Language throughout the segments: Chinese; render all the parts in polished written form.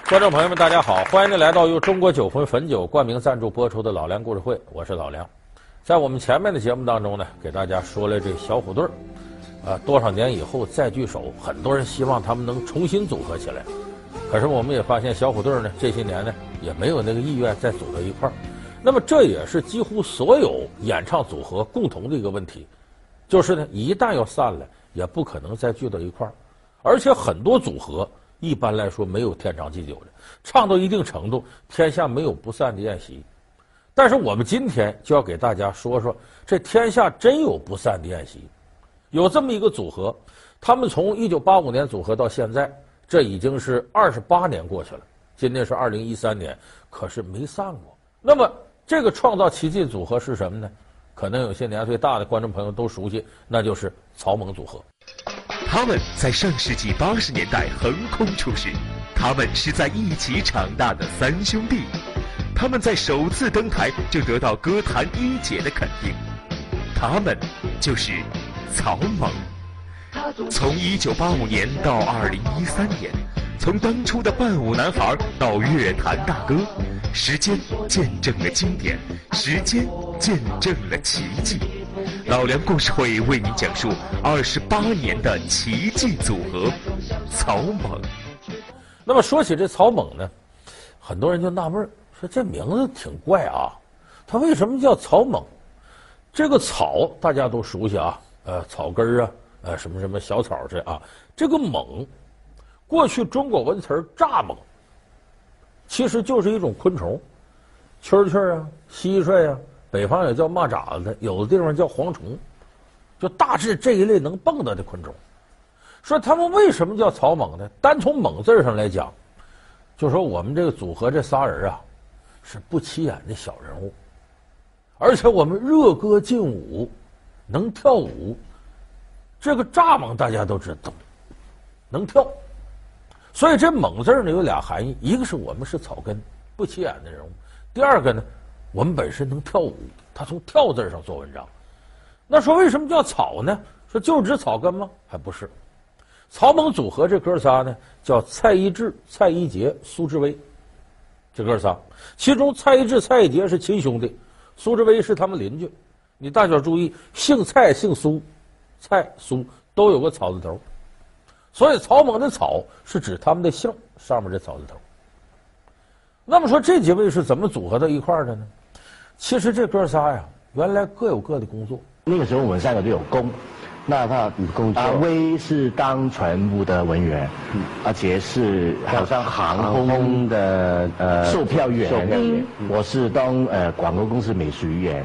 观众朋友们，大家好，欢迎您来到由中国酒魂汾酒冠名赞助播出的老梁故事会，我是老梁。在我们前面的节目当中呢，给大家说了这小虎队多少年以后再聚首，很多人希望他们能重新组合起来。可是我们也发现小虎队呢这些年呢也没有那个意愿再组到一块儿。那么这也是几乎所有演唱组合共同的一个问题，就是呢一旦要散了，也不可能再聚到一块儿。而且很多组合一般来说没有天长地久的，唱到一定程度，天下没有不散的宴席。但是我们今天就要给大家说说，这天下真有不散的宴席。有这么一个组合，他们从1985年组合到现在，这已经是28年过去了。今年是2013年，可是没散过。那么这个创造奇迹组合是什么呢？可能有些年岁大的观众朋友都熟悉，那就是草蜢组合。 他们在上世纪80年代横空出世，他们是在一起长大的三兄弟，他们在首次登台就得到歌坛一姐的肯定，他们就是草蜢。从1985年到2013年，从当初的伴舞男孩到乐坛大哥，时间见证了经典，时间见证了奇迹。老梁故事会为您讲述28年的奇迹组合草蜢。 那么说起这草蜢呢，很多人就纳闷，说这名字挺怪啊，它为什么叫草蜢？这个草大家都熟悉啊，草根啊，什么什么小草这啊，这个蜢，过去中国文词蚱蜢，其实就是一种昆虫，蛐蛐啊，蟋蟀啊，北方也叫蚂蚱子，有的地方叫蝗虫，就大致这一类能蹦跶的昆虫。说他们为什么叫草蜢呢？单从蜢字上来讲，就说我们这个组合这仨人啊，是不起眼的小人物，而且我们热歌劲舞，能跳舞。这个蚱蜢大家都知道，能跳。所以这蜢字呢有俩含义，一个是我们是草根不起眼的人物，第二个呢我们本身能跳舞，他从跳字上做文章。那说为什么叫草呢？说就指草根吗？还不是。草蜢组合这哥仨呢叫蔡一智、蔡一杰、苏志威，这哥仨，其中蔡一智、蔡一杰是亲兄弟，苏志威是他们邻居。你大伙注意，姓蔡姓苏，蔡苏都有个草字头，所以草蜢的草是指他们的姓上面这草字头。那么说这几位是怎么组合到一块儿的呢？其实这哥仨呀，原来各有各的工作。 那个时候我们3个都有工，那他工作，威是当船务的文员，阿杰是好像航空的售票员，我是当广告公司美术员。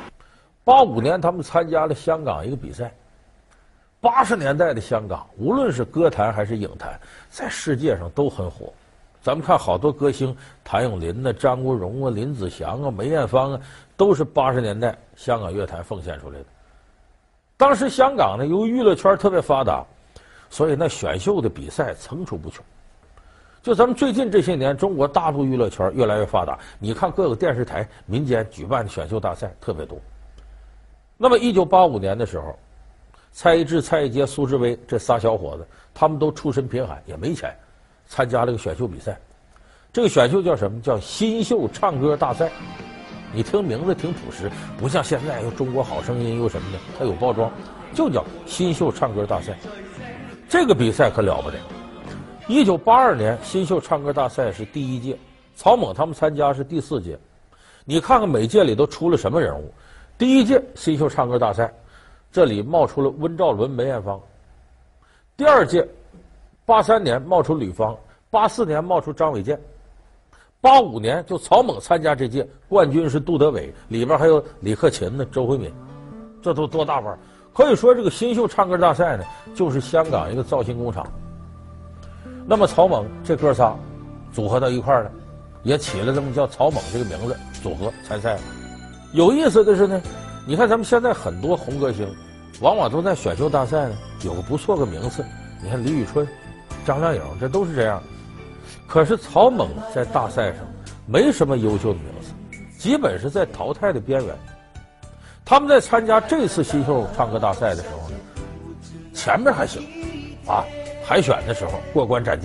85年他们参加了香港一个比赛。80年代的香港，无论是歌坛还是影坛，在世界上都很火。咱们看好多歌星，谭咏麟啊、张国荣啊、林子祥啊、梅艳芳啊，都是80年代香港乐坛奉献出来的。当时香港呢，由于娱乐圈特别发达，所以那选秀的比赛层出不穷。就咱们最近这些年，中国大陆娱乐圈越来越发达，你看各个电视台、民间举办的选秀大赛特别多。那么1985年的时候，蔡一智、蔡一杰、苏志威这仨小伙子，他们都出身贫寒，也没钱，参加了个选秀比赛。这个选秀叫什么？叫新秀唱歌大赛。你听名字挺朴实，不像现在又中国好声音又什么的，它有包装，就叫新秀唱歌大赛。这个比赛可了不得。1982年新秀唱歌大赛是第1届，草蜢他们参加是第4届。你看看每届里都出了什么人物？第1届新秀唱歌大赛，这里冒出了温兆伦、梅艳芳。第2届83年冒出吕方，84年冒出张卫健。85年就草蜢参加这届，冠军是杜德伟，里面还有李克勤呢、周慧敏，这都多大腕！可以说这个新秀唱歌大赛呢，就是香港一个造星工厂。那么草蜢这哥仨组合到一块儿了，也起了这么叫草蜢这个名字，组合参赛了。有意思的是呢，你看咱们现在很多红歌星，往往都在选秀大赛呢有个不错个名次。你看李宇春、张靓颖，这都是这样。可是草蜢在大赛上没什么优秀的名次，基本是在淘汰的边缘。他们在参加这次新秀唱歌大赛的时候呢，前面还行，啊，海选的时候过关斩将，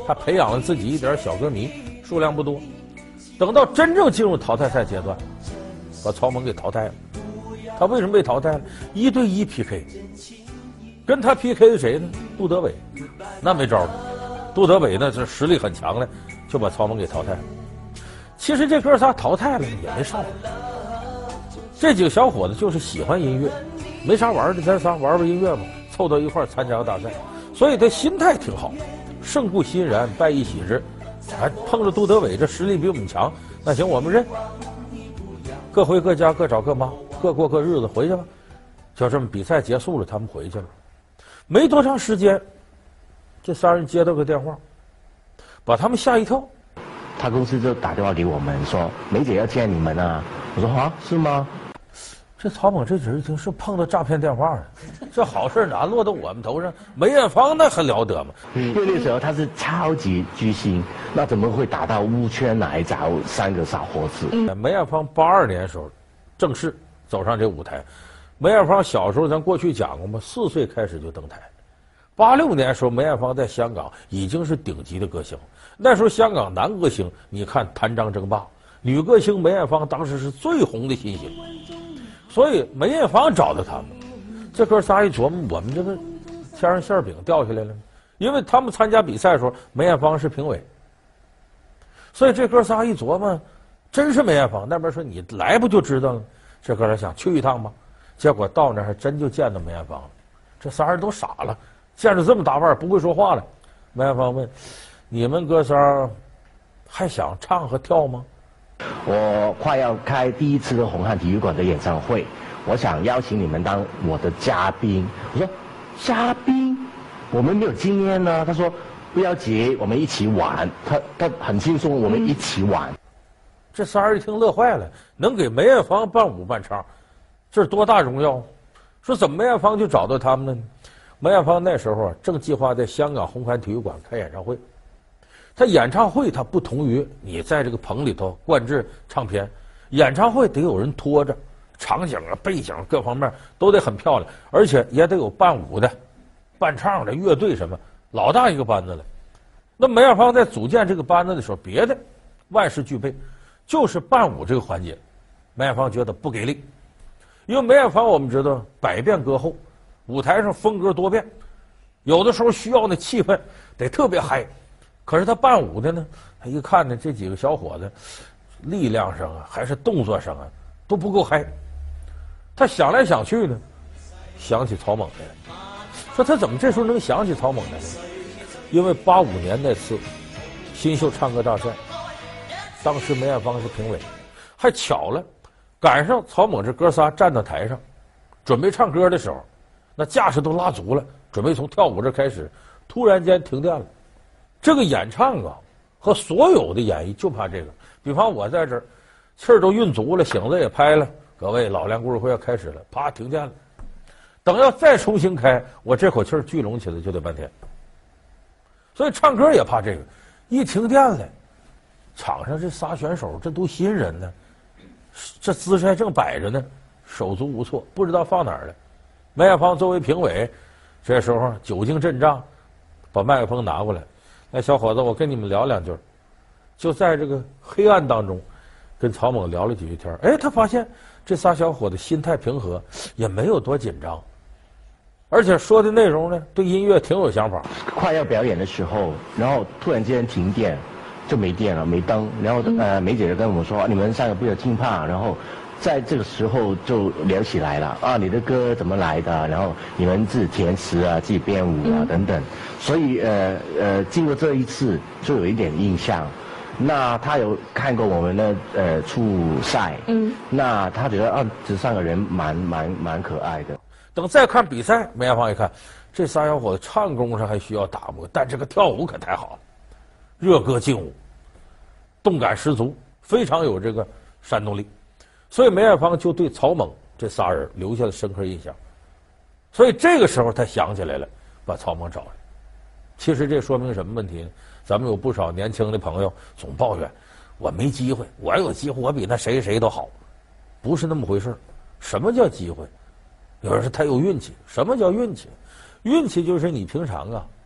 他培养了自己一点小歌迷，数量不多。等到真正进入淘汰赛阶段，把曹猛给淘汰了。他为什么被淘汰了？1对1 PK， 跟他 PK 的谁呢？杜德伟，那没招了。杜德伟呢，这实力很强的，就把曹猛给淘汰了。其实这哥仨淘汰了也没上火，这几个小伙子就是喜欢音乐，没啥玩的，咱仨玩音乐嘛，凑到一块参加个大赛，所以他心态挺好。胜固欣然，败亦喜之。哎，碰着杜德伟这实力比我们强，那行我们认，各回各家，各找各妈，各过各日子，回去吧。就这么比赛结束了，他们回去了。没多长时间，这仨人接到个电话，把他们吓一跳。 他公司就打电话给我们说，梅姐要见你们啊。我说啊，是吗？ 这曹猛这人一听是碰到诈骗电话了，这好事哪落到我们头上？梅艳芳那还了得吗？ 因为那时候他是超级巨星，那怎么会打到乌圈来找3个小伙子？ 梅艳芳82年的时候正式走上这舞台。梅艳芳小时候咱过去讲过嘛，4岁开始就登台。86年的时候，梅艳芳在香港已经是顶级的歌星。那时候香港男歌星，你看谭张争霸，女歌星梅艳芳当时是最红的新星。所以梅艳芳找到他们，这哥仨一琢磨，我们这个天上馅饼掉下来了，因为他们参加比赛的时候，梅艳芳是评委，所以这哥仨一琢磨，真是梅艳芳。那边说你来不就知道了？这哥俩想去一趟吧，结果到那儿还真就见到梅艳芳了。这仨人都傻了，见着这么大腕儿不会说话了。梅艳芳问：“你们哥仨还想唱和跳吗？” 我快要开第1次的红磡体育馆的演唱会，我想邀请你们当我的嘉宾。我说嘉宾，我们没有经验呢。他说不要急，我们一起玩。他很轻松，我们一起玩。 这仨人一听乐坏了，能给梅艳芳伴舞伴唱，这是多大荣耀！说怎么梅艳芳就找到他们了呢？梅艳芳那时候啊，正计划在香港红磡体育馆开演唱会。他演唱会它不同于你在这个棚里头灌制唱片，演唱会得有人拖着，场景啊、背景各方面都得很漂亮，而且也得有伴舞的、伴唱的、乐队什么，老大一个班子了。那梅艳芳在组建这个班子的时候，别的万事俱备，就是伴舞这个环节，梅艳芳觉得不给力，因为梅艳芳我们知道百变歌后，舞台上风格多变，有的时候需要那气氛得特别嗨。可是他伴舞的呢，他一看呢，这几个小伙子力量上啊，还是动作上啊，都不够嗨。他想来想去呢，想起曹猛来了。说他怎么这时候能想起曹猛来呢？因为85年那次新秀唱歌大赛，当时梅艳芳是评委，还巧了赶上曹猛这哥仨站到台上，准备唱歌的时候，那架势都拉足了，准备从跳舞这开始，突然间停电了。这个演唱啊，和所有的演绎就怕这个。比方我在这儿，气儿都运足了，醒子也拍了，各位老梁故事会要开始了，啪停电了。等要再重新开，我这口气儿聚拢起来就得半天。所以唱歌也怕这个，一停电了，场上这仨选手这都新人呢，这姿势还正摆着呢，手足无措，不知道放哪儿了。梅艳芳作为评委，这时候久经阵仗，把麦克风拿过来。那小伙子，我跟你们聊两句。就在这个黑暗当中，跟曹猛聊了几句天。哎，他发现这仨小伙子心态平和，也没有多紧张，而且说的内容呢，对音乐挺有想法。 快要表演的时候，然后突然间停电，就没电了，没灯。然后梅姐就跟我们说，你们3个不要惊怕。然后在这个时候就聊起来了啊，你的歌怎么来的？然后你们自己填词啊，自己编舞啊等等。所以经过这一次就有一点印象。那他有看过我们的初赛，那他觉得啊，这3个人蛮可爱的。 等再看比赛，梅艳芳一看，这仨小伙子唱功上还需要打磨，但这个跳舞可太好了，热歌劲舞，动感十足，非常有这个煽动力。所以梅艳芳就对曹猛这仨人留下了深刻印象。所以这个时候他想起来了，把曹猛找来。其实这说明什么问题呢？咱们有不少年轻的朋友总抱怨我没机会，我有机会我比那谁都好，不是那么回事。什么叫机会？有人说他有运气。什么叫运气？运气就是你平常啊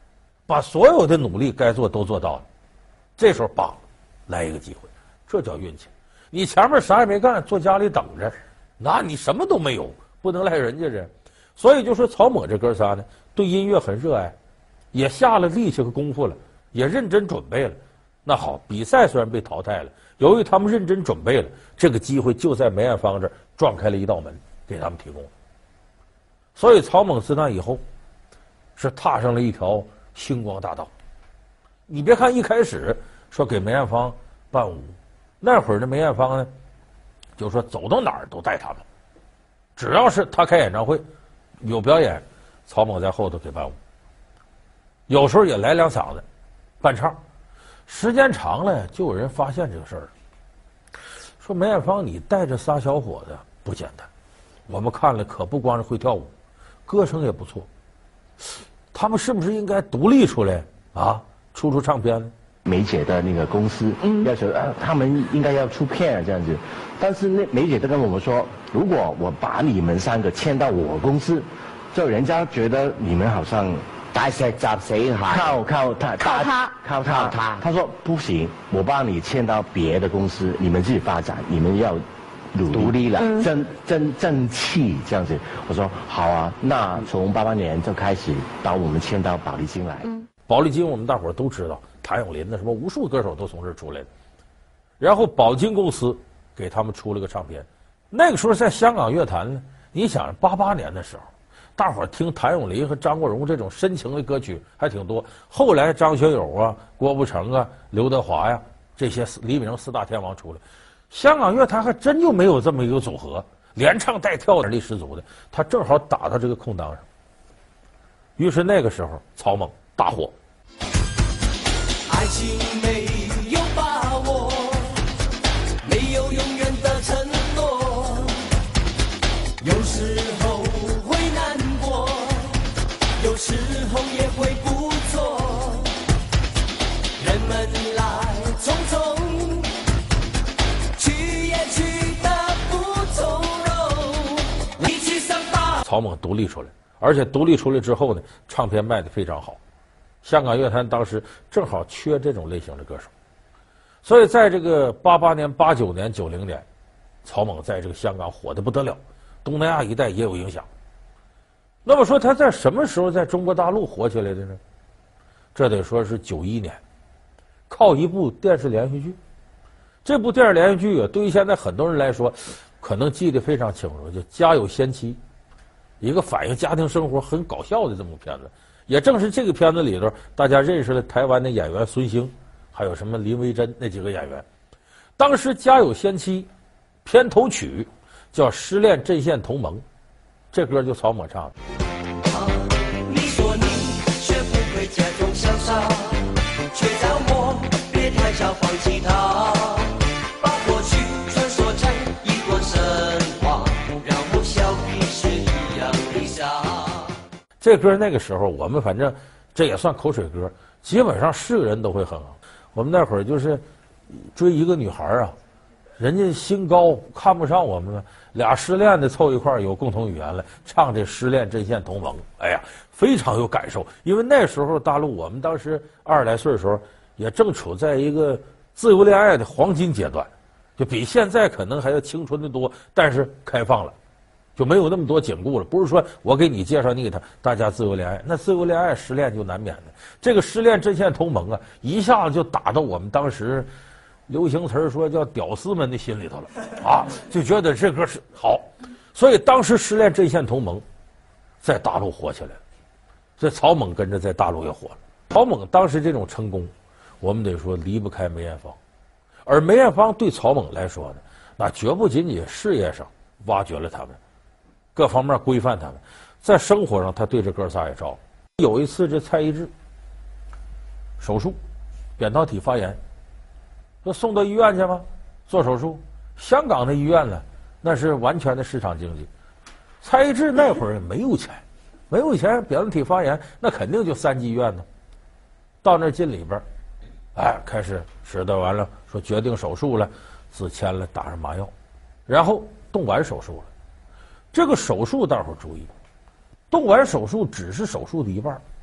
把所有的努力该做都做到了，这时候叭来一个机会，这叫运气。你前面啥也没干，坐家里等着，那你什么都没有，不能赖人家这。所以就说曹猛这哥仨呢，对音乐很热爱，也下了力气和功夫了，也认真准备了。那好，比赛虽然被淘汰了，由于他们认真准备了，这个机会就在梅艳芳这儿撞开了一道门，给他们提供了。所以曹猛自那以后是踏上了一条星光大道。你别看一开始说给梅艳芳伴舞，那会儿的梅艳芳呢，就说走到哪儿都带他们，只要是他开演唱会有表演，曹猛在后头给伴舞，有时候也来两嗓子伴唱。时间长了，就有人发现这个事儿了，说梅艳芳你带着仨小伙子不简单，我们看了可不光是会跳舞，歌声也不错，他们是不是应该独立出来啊，出唱片呢？ 梅姐的那个公司要求他们应该要出片这样子，但是那梅姐都跟我们说，如果我把你们三个签到我公司，就人家觉得你们好像大石砸死蟹， 靠他，他说不行，我帮你签到别的公司，你们自己发展，你们要独立了，争气这样子。我说好啊，那从88年就开始把我们签到宝丽金来。 宝丽金我们大伙儿都知道，谭咏麟的什么无数歌手都从这儿出来的。然后宝金公司给他们出了个唱片，那个时候在香港乐坛呢，你想88年的时候，大伙儿听谭咏麟和张国荣这种深情的歌曲还挺多。后来张学友啊、郭富城啊、刘德华呀，这些黎明四大天王出来，香港乐坛还真就没有这么一个组合，连唱带跳的力十足的，他正好打到这个空档上。于是那个时候曹猛大火。 爱情没有把握，没有永远的承诺，有时候会难过，有时候也会不错，人们来匆匆，去也去得不从容，一起上大。 曹猛独立出来，而且独立出来之后呢，唱片卖得非常好。香港乐坛当时正好缺这种类型的歌手，所以在这个88年、89年、90年，曹猛在这个香港火得不得了，东南亚一带也有影响。那么说他在什么时候在中国大陆火起来的呢？这得说是91年，靠一部电视连续剧。这部电视连续剧啊，对于现在很多人来说，可能记得非常清楚，就《家有仙妻》，一个反映家庭生活很搞笑的这么个片子。也正是这个片子里头，大家认识了台湾的演员孙兴，还有什么林维珍那几个演员。当时《家有仙妻》片头曲叫《失恋阵线同盟》，这歌就曹猛唱的。 你说你学不会假装潇洒，却叫我别太早放弃他，把过去传说成一段神话，让我笑彼是一样的傻。 这歌那个时候我们反正这也算口水歌，基本上是个人都会哼。我们那会儿就是追一个女孩啊，人家心高看不上我们了，俩失恋的凑一块儿有共同语言了，唱这《失恋阵线同盟》，哎呀，非常有感受。因为那时候大陆我们当时20来岁的时候，也正处在一个自由恋爱的黄金阶段，就比现在可能还要青春的多，但是开放了。就没有那么多紧固了，不是说我给你介绍你给他，大家自由恋爱，那自由恋爱失恋就难免的。这个失恋阵线同盟啊，一下子就打到我们当时流行词说叫屌丝们的心里头了啊，就觉得这歌是好，所以当时失恋阵线同盟在大陆火起来了，所以曹猛跟着在大陆也火了。曹猛当时这种成功，我们得说离不开梅艳芳，而梅艳芳对曹猛来说呢，那绝不仅仅事业上挖掘了他们。各方面规范他们，在生活上他对这哥仨也照顾。有一次这蔡一智手术，扁桃体发炎，说送到医院去吗？做手术。香港的医院呢，那是完全的市场经济。蔡一智那会儿没有钱，没有钱，扁桃体发炎，那肯定就3级医院呢。到那儿进里边，哎，开始使得完了，说决定手术了，自签了，打上麻药，然后动完手术了。这个手术大伙儿注意，动完手术只是手术的一半，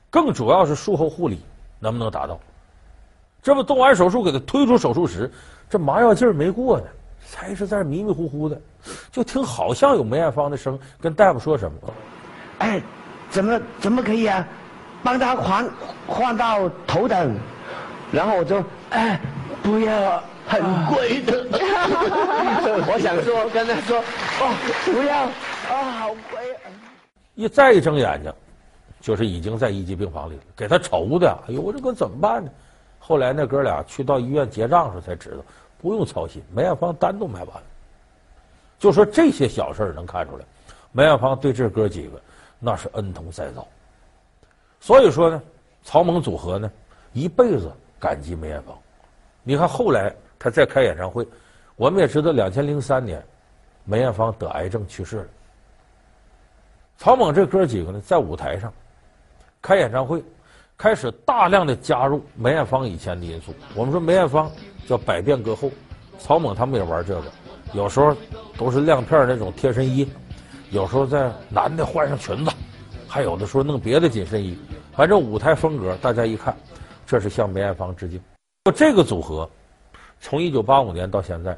更主要是术后护理能不能达到。这不动完手术给他推出手术室，这麻药劲儿没过呢，还是在那迷迷糊糊的，就听好像有梅艳芳的声跟大夫说什么。 哎，怎么可以啊？帮他换到头等，然后我就不要，很贵的。我想说跟他说不要好贵啊。 再一睁眼睛，就是已经在1级病房里了，给他愁的，哎呦，我这可怎么办呢？后来那哥俩去到医院结账时候才知道，不用操心，梅艳芳单都买完了。就说这些小事能看出来，梅艳芳对这哥几个那是恩同再造。所以说呢，曹猛组合呢一辈子感激梅艳芳。你看后来他再开演唱会，我们也知道2003年梅艳芳得癌症去世了。曹猛这哥几个呢，在舞台上开演唱会，开始大量的加入梅艳芳以前的因素。我们说梅艳芳叫百变歌后，曹猛他们也玩这个，有时候都是亮片那种贴身衣，有时候在男的换上裙子，还有的时候弄别的紧身衣，反正舞台风格大家一看，这是向梅艳芳致敬。这个组合从1985年到现在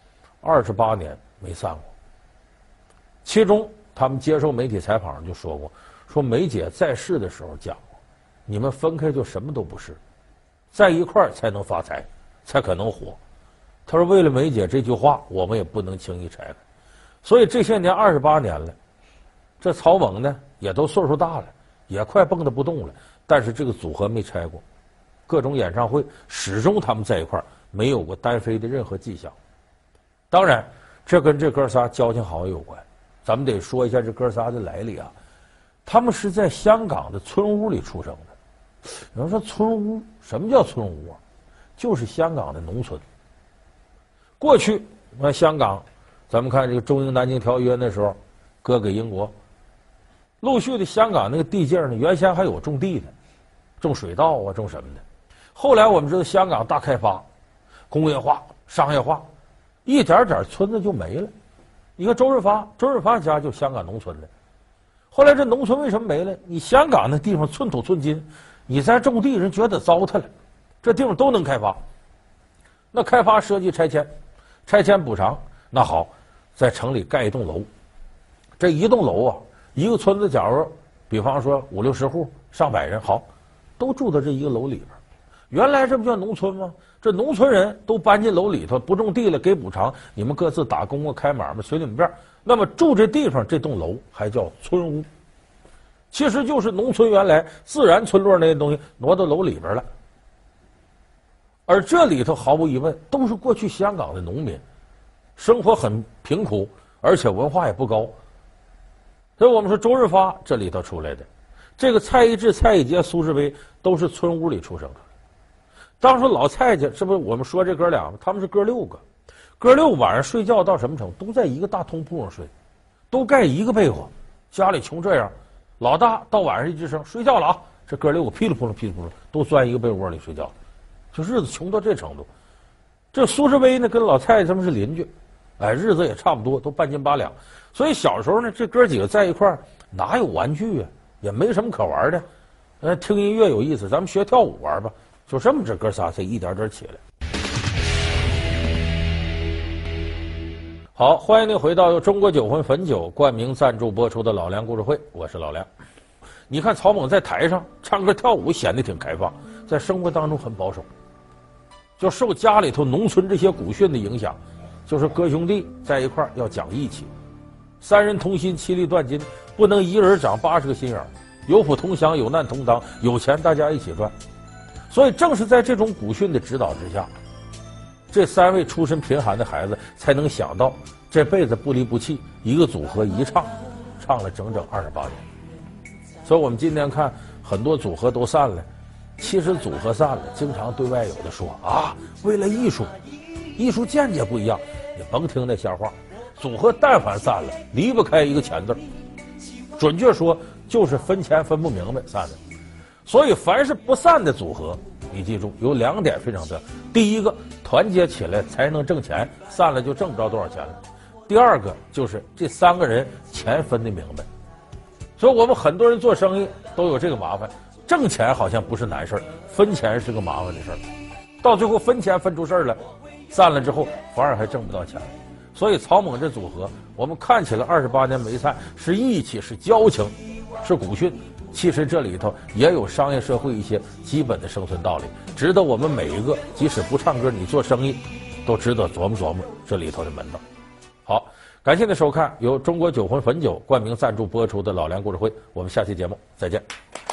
28年没散过，其中他们接受媒体采访上就说过，说梅姐在世的时候讲过，你们分开就什么都不是，在一块儿才能发财，才可能火。他说为了梅姐这句话，我们也不能轻易拆开。所以这些年28年了，这曹猛呢也都岁数大了，也快蹦跶不动了，但是这个组合没拆过，各种演唱会始终他们在一块儿，没有过单飞的任何迹象。当然这跟这哥仨交情好也有关，咱们得说一下这哥仨的来历啊。他们是在香港的村屋里出生的。有人说村屋，什么叫村屋啊？就是香港的农村。过去那香港，咱们看这个中英南京条约那时候割给英国，陆续的香港那个地界呢，原先还有种地的，种水稻啊，种什么的。后来我们知道香港大开发，工业化、商业化，一点点村子就没了。你看周润发家就香港农村的。后来这农村为什么没了？你香港那地方寸土寸金，你再种地人觉得糟蹋了，这地方都能开发。那开发设计拆迁，拆迁补偿，那好，在城里盖一栋楼。这一栋楼啊，一个村子假如比方说50、60户，上百人，好，都住在这一个楼里边。原来这不叫农村吗？这农村人都搬进楼里头，不种地了，给补偿，你们各自打工啊，开买卖，随你们便。那么住这地方，这栋楼还叫村屋，其实就是农村原来自然村落那些东西挪到楼里边了。而这里头毫无疑问都是过去香港的农民，生活很贫苦，而且文化也不高。所以我们说周润发这里头出来的，这个蔡一智、蔡一杰、苏志威都是村屋里出生的。当时老蔡家，这不我们说这哥俩吗？他们是哥6个，哥6晚上睡觉到什么程度？都在一个大通铺上睡，都盖一个被窝，家里穷这样。老大到晚上一吱声睡觉了啊，这哥6个噼里扑噜噼里扑噜都钻一个被窝里睡觉，就日子穷到这程度。这苏志威呢跟老蔡他们是邻居，哎，日子也差不多，都半斤8两。所以小时候呢，这哥几个在一块儿哪有玩具啊，也没什么可玩的。听音乐有意思，咱们学跳舞玩吧。就这么这哥仨才一点点起来。好，欢迎您回到由中国酒魂汾酒冠名赞助播出的老梁故事会，我是老梁。你看曹猛在台上唱歌跳舞显得挺开放，在生活当中很保守，就受家里头农村这些古训的影响，就是哥兄弟在一块儿要讲义气，3人同心其利断金，不能一人长80个心眼儿，有福同享，有难同当，有钱大家一起赚。所以正是在这种古训的指导之下，这3位出身贫寒的孩子才能想到这辈子不离不弃，一个组合一唱，唱了整整28年。所以我们今天看很多组合都散了，其实组合散了，经常对外有的说啊，为了艺术见解不一样，你甭听那瞎话。组合但凡散了，离不开一个钱字，准确说就是分钱分不明白散的。所以凡是不散的组合，你记住有2点非常重要。第一个，团结起来才能挣钱，散了就挣不着多少钱了。第二个就是这3个人钱分得明白。所以我们很多人做生意都有这个麻烦， 挣钱好像不是难事儿，分钱是个麻烦的事儿。到最后分钱分出事儿来，散了之后反而还挣不到钱。所以曹猛这组合，我们看起来28年没散，是义气，是交情，是古训。其实这里头也有商业社会一些基本的生存道理，值得我们每一个即使不唱歌，你做生意都值得琢磨琢磨这里头的门道。好，感谢您的收看，由中国酒魂汾酒冠名赞助播出的《老梁故事会》，我们下期节目再见。